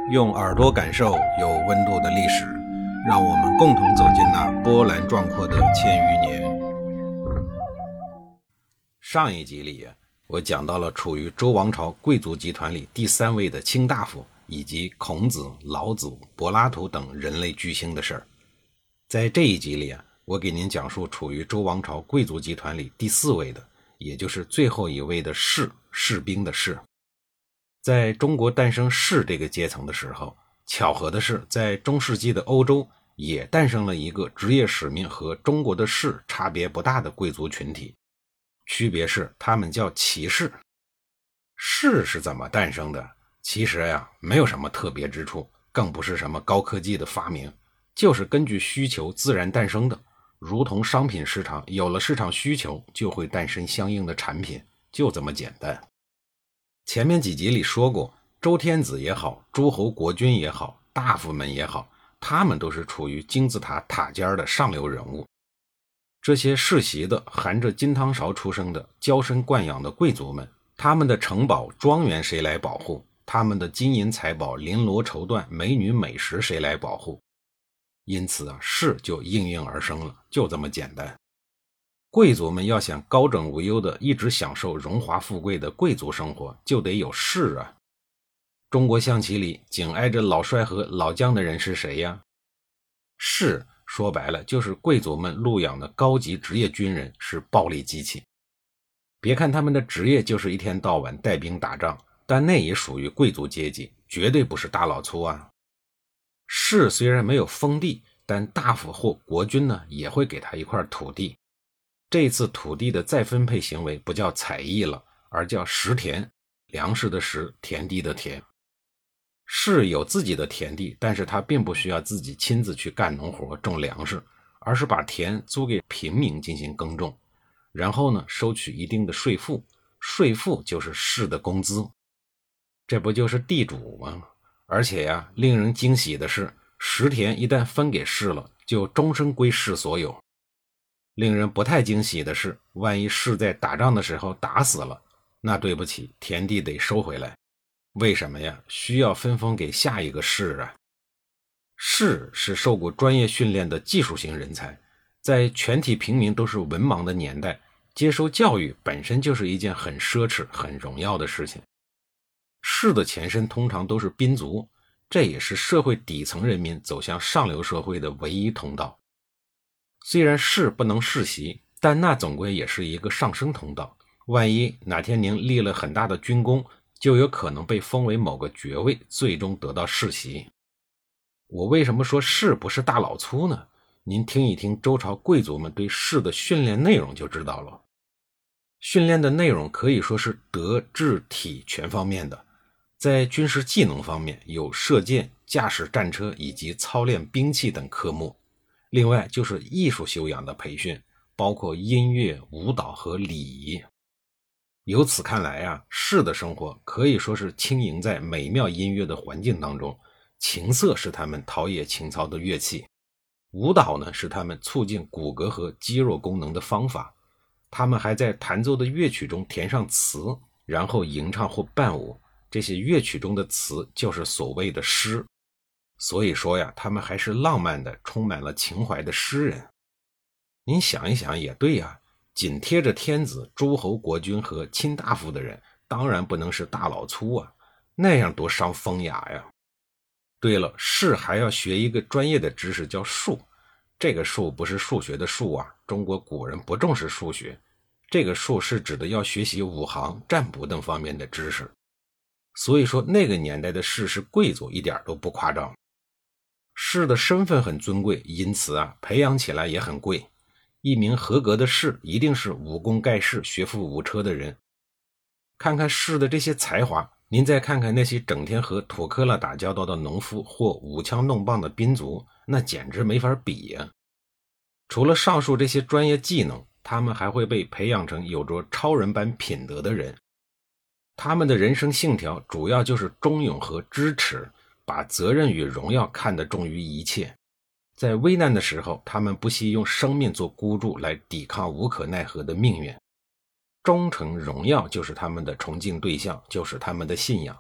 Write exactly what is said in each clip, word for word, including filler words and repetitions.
用耳朵感受有温度的历史，让我们共同走进那波澜壮阔的千余年。上一集里，我讲到了处于周王朝贵族集团里第三位的卿大夫，以及孔子、老子、柏拉图等人类巨星的事儿。在这一集里，我给您讲述处于周王朝贵族集团里第四位的，也就是最后一位的士，士兵的士。在中国诞生士这个阶层的时候，巧合的是，在中世纪的欧洲也诞生了一个职业使命和中国的士差别不大的贵族群体，区别是他们叫骑士。士是怎么诞生的？其实呀，没有什么特别之处，更不是什么高科技的发明，就是根据需求自然诞生的。如同商品市场有了市场需求，就会诞生相应的产品，就这么简单。前面几集里说过，周天子也好，诸侯国君也好，大夫们也好，他们都是处于金字塔塔尖的上流人物。这些世袭的含着金汤勺出生的娇生惯养的贵族们，他们的城堡庄园谁来保护？他们的金银财宝绫罗绸缎美女美食谁来保护？因此啊，士就应运而生了，就这么简单。贵族们要想高枕无忧的一直享受荣华富贵的贵族生活，就得有士啊。中国象棋里紧挨着老帅和老将的人是谁呀？士说白了就是贵族们录养的高级职业军人，是暴力机器。别看他们的职业就是一天到晚带兵打仗，但那也属于贵族阶级，绝对不是大老粗啊。士虽然没有封地，但大夫或国君呢也会给他一块土地。这次土地的再分配行为不叫采邑了，而叫食田，粮食的食，田地的田。士有自己的田地，但是他并不需要自己亲自去干农活种粮食，而是把田租给平民进行耕种，然后呢收取一定的税赋，税赋就是士的工资。这不就是地主吗？而且呀，令人惊喜的是，食田一旦分给士了，就终身归士所有。令人不太惊喜的是，万一士在打仗的时候打死了，那对不起，田地得收回来。为什么呀？需要分封给下一个士啊。士是受过专业训练的技术型人才，在全体平民都是文盲的年代，接受教育本身就是一件很奢侈很荣耀的事情。士的前身通常都是兵卒，这也是社会底层人民走向上流社会的唯一通道。虽然士不能世袭，但那总归也是一个上升通道。万一哪天您立了很大的军功，就有可能被封为某个爵位，最终得到世袭。我为什么说士不是大老粗呢？您听一听周朝贵族们对士的训练内容就知道了。训练的内容可以说是德智体全方面的。在军事技能方面，有射箭、驾驶战车以及操练兵器等科目。另外就是艺术修养的培训，包括音乐、舞蹈和礼仪。由此看来啊，士的生活可以说是轻盈在美妙音乐的环境当中，琴瑟是他们陶冶情操的乐器，舞蹈呢是他们促进骨骼和肌肉功能的方法。他们还在弹奏的乐曲中填上词，然后吟唱或伴舞，这些乐曲中的词就是所谓的诗。所以说呀，他们还是浪漫的，充满了情怀的诗人。您想一想也对呀，紧贴着天子、诸侯国君和卿大夫的人，当然不能是大老粗啊，那样多伤风雅呀。对了，士还要学一个专业的知识叫术，这个术不是数学的术啊，中国古人不重视数学，这个术是指的要学习武行、占卜等方面的知识。所以说那个年代的士是贵族，一点都不夸张。士的身份很尊贵，因此啊，培养起来也很贵。一名合格的士一定是武功盖世、学富五车的人。看看士的这些才华，您再看看那些整天和土坷垃打交道的农夫或舞枪弄棒的兵卒，那简直没法比呀。除了上述这些专业技能，他们还会被培养成有着超人般品德的人。他们的人生信条主要就是忠勇和支持，把责任与荣耀看得重于一切。在危难的时候，他们不惜用生命做孤注来抵抗无可奈何的命运。忠诚荣耀就是他们的崇敬对象，就是他们的信仰。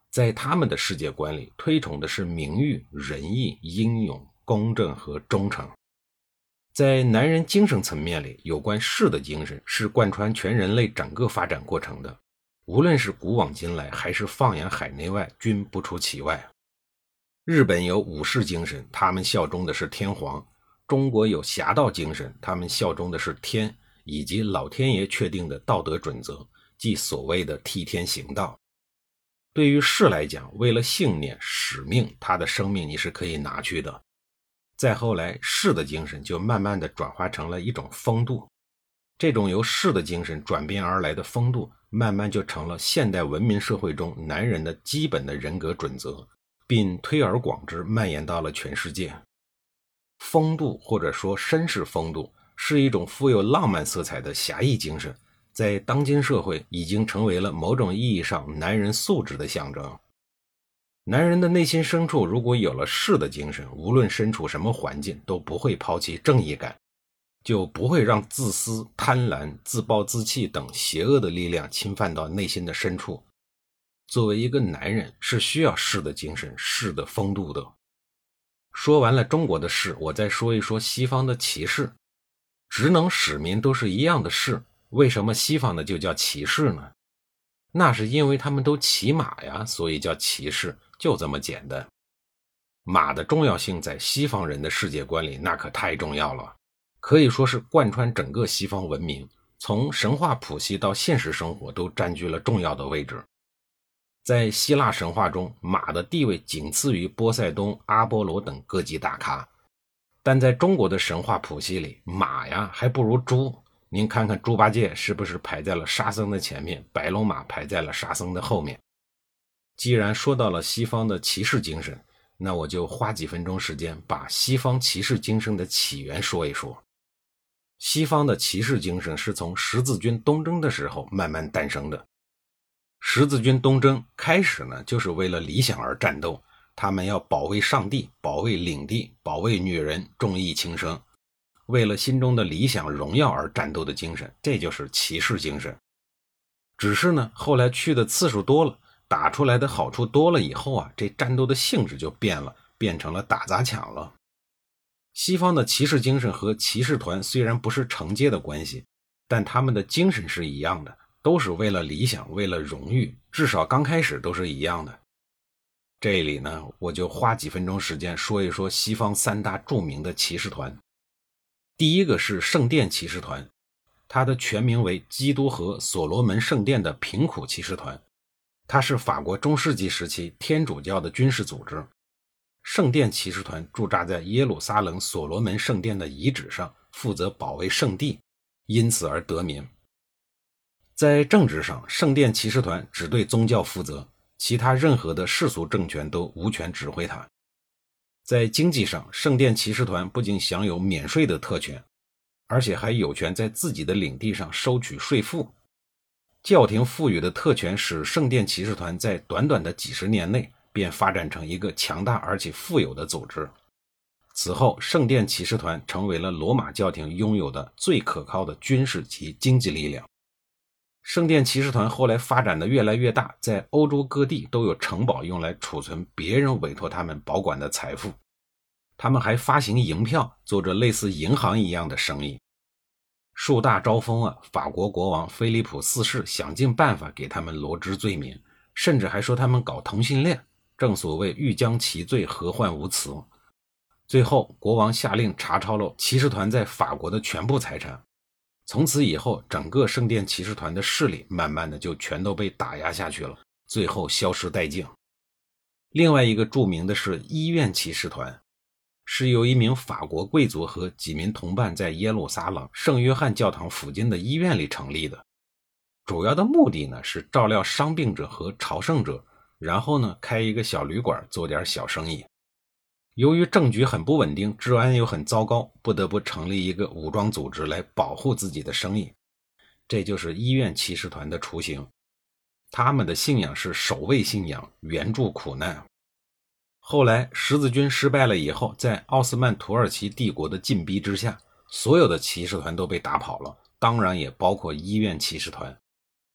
在他们的世界观里，推崇的是名誉、仁义、英勇、公正和忠诚。在男人精神层面里，有关士的精神是贯穿全人类整个发展过程的，无论是古往今来还是放眼海内外，均不出其外。日本有武士精神，他们效忠的是天皇；中国有侠盗精神，他们效忠的是天，以及老天爷确定的道德准则，即所谓的替天行道。对于士来讲，为了信念、使命，他的生命你是可以拿去的。再后来，士的精神就慢慢的转化成了一种风度，这种由士的精神转变而来的风度，慢慢就成了现代文明社会中男人的基本的人格准则，并推而广之，蔓延到了全世界。风度或者说绅士风度，是一种富有浪漫色彩的侠义精神，在当今社会已经成为了某种意义上男人素质的象征。男人的内心深处如果有了士的精神，无论身处什么环境都不会抛弃正义感，就不会让自私、贪婪、自暴自弃等邪恶的力量侵犯到内心的深处。作为一个男人，是需要士的精神、士的风度的。说完了中国的士，我再说一说西方的骑士。职能使民都是一样的士，为什么西方的就叫骑士呢？那是因为他们都骑马呀，所以叫骑士，就这么简单。马的重要性在西方人的世界观里那可太重要了，可以说是贯穿整个西方文明，从神话谱系到现实生活都占据了重要的位置。在希腊神话中，马的地位仅次于波塞冬、阿波罗等各级大咖，但在中国的神话谱系里，马呀还不如猪。您看看猪八戒是不是排在了沙僧的前面，白龙马排在了沙僧的后面。既然说到了西方的骑士精神，那我就花几分钟时间把西方骑士精神的起源说一说。西方的骑士精神是从十字军东征的时候慢慢诞生的。十字军东征开始呢，就是为了理想而战斗，他们要保卫上帝，保卫领地，保卫女人，重义轻生，为了心中的理想荣耀而战斗的精神，这就是骑士精神。只是呢，后来去的次数多了，打出来的好处多了以后啊，这战斗的性质就变了，变成了打砸抢了。西方的骑士精神和骑士团虽然不是承接的关系，但他们的精神是一样的，都是为了理想，为了荣誉，至少刚开始都是一样的。这里呢，我就花几分钟时间说一说西方三大著名的骑士团。第一个是圣殿骑士团，它的全名为基督和所罗门圣殿的贫苦骑士团，它是法国中世纪时期天主教的军事组织。圣殿骑士团驻扎在耶路撒冷所罗门圣殿的遗址上，负责保卫圣地，因此而得名。在政治上，圣殿骑士团只对宗教负责，其他任何的世俗政权都无权指挥它。在经济上，圣殿骑士团不仅享有免税的特权，而且还有权在自己的领地上收取税赋。教廷赋予的特权使圣殿骑士团在短短的几十年内便发展成一个强大而且富有的组织。此后，圣殿骑士团成为了罗马教廷拥有的最可靠的军事及经济力量。圣殿骑士团后来发展的越来越大，在欧洲各地都有城堡用来储存别人委托他们保管的财富。他们还发行银票，做着类似银行一样的生意。树大招风啊，法国国王菲利普四世想尽办法给他们罗织罪名，甚至还说他们搞同性恋，正所谓欲将其罪，何患无辞。最后，国王下令查抄了骑士团在法国的全部财产。从此以后，整个圣殿骑士团的势力慢慢的就全都被打压下去了，最后消失殆尽。另外一个著名的是医院骑士团，是由一名法国贵族和几名同伴在耶路撒冷圣约翰教堂附近的医院里成立的。主要的目的呢是照料伤病者和朝圣者，然后呢开一个小旅馆，做点小生意。由于政局很不稳定，治安又很糟糕，不得不成立一个武装组织来保护自己的生意。这就是医院骑士团的雏形。他们的信仰是守卫信仰，援助苦难。后来十字军失败了以后，在奥斯曼土耳其帝国的禁逼之下，所有的骑士团都被打跑了，当然也包括医院骑士团。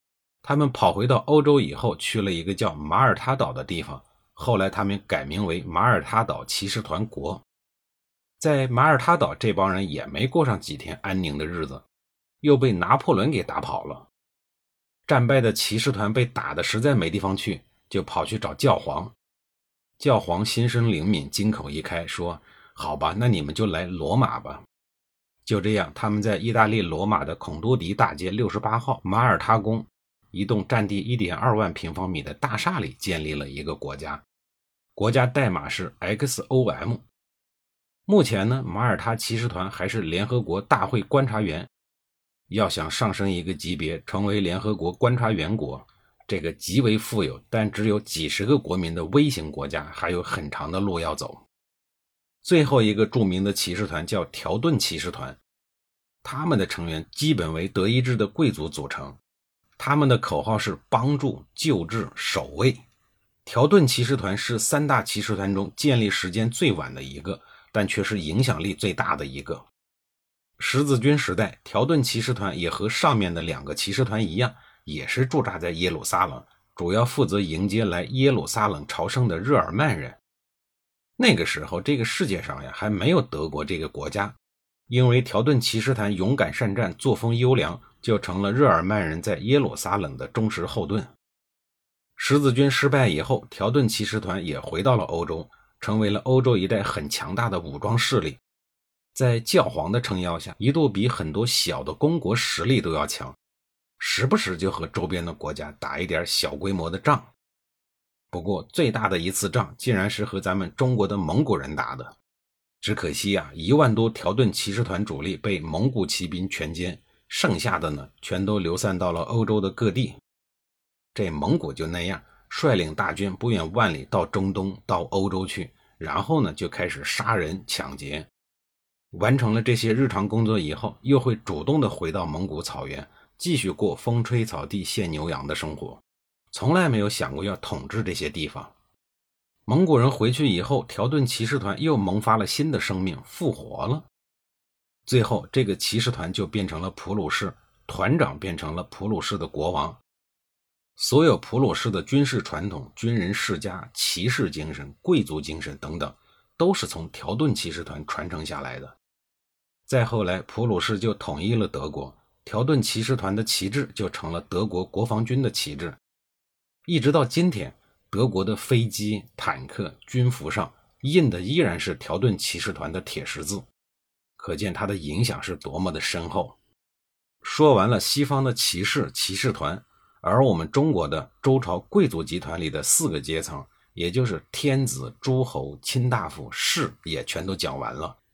他们跑回到欧洲以后，去了一个叫马耳他岛的地方，后来他们改名为马耳他岛骑士团国。在马耳他岛，这帮人也没过上几天安宁的日子，又被拿破仑给打跑了。战败的骑士团被打得实在没地方去，就跑去找教皇。教皇心生灵敏，金口一开，说好吧，那你们就来罗马吧。就这样，他们在意大利罗马的孔多迪大街六十八号马耳他宫一栋占地 一点二万平方米的大厦里建立了一个国家，国家代码是 X O M。 目前呢，马耳他骑士团还是联合国大会观察员，要想上升一个级别成为联合国观察员国，这个极为富有但只有几十个国民的微型国家还有很长的路要走。最后一个著名的骑士团叫条顿骑士团，他们的成员基本为德意志的贵族组成，他们的口号是帮助、救治、守卫。条顿骑士团是三大骑士团中建立时间最晚的一个，但却是影响力最大的一个。十字军时代，条顿骑士团也和上面的两个骑士团一样，也是驻扎在耶路撒冷，主要负责迎接来耶路撒冷朝圣的日耳曼人。那个时候，这个世界上呀还没有德国这个国家，因为条顿骑士团勇敢善战，作风优良，就成了日耳曼人在耶路撒冷的忠实后盾。十字军失败以后，条顿骑士团也回到了欧洲，成为了欧洲一带很强大的武装势力。在教皇的撑腰下，一度比很多小的公国实力都要强，时不时就和周边的国家打一点小规模的仗。不过最大的一次仗竟然是和咱们中国的蒙古人打的，只可惜啊，一万多条顿骑士团主力被蒙古骑兵全歼，剩下的呢全都流散到了欧洲的各地。这蒙古就那样，率领大军不远万里到中东到欧洲去，然后呢就开始杀人抢劫。完成了这些日常工作以后，又会主动的回到蒙古草原，继续过风吹草低见牛羊的生活，从来没有想过要统治这些地方。蒙古人回去以后，条顿骑士团又萌发了新的生命，复活了。最后这个骑士团就变成了普鲁士，团长变成了普鲁士的国王。所有普鲁士的军事传统、军人世家、骑士精神、贵族精神等等，都是从条顿骑士团传承下来的。再后来，普鲁士就统一了德国，条顿骑士团的旗帜就成了德国国防军的旗帜。一直到今天，德国的飞机、坦克、军服上印的依然是条顿骑士团的铁十字，可见它的影响是多么的深厚。说完了西方的骑士、骑士团，而我们中国的周朝贵族集团里的四个阶层，也就是天子、诸侯、卿大夫、士，也全都讲完了。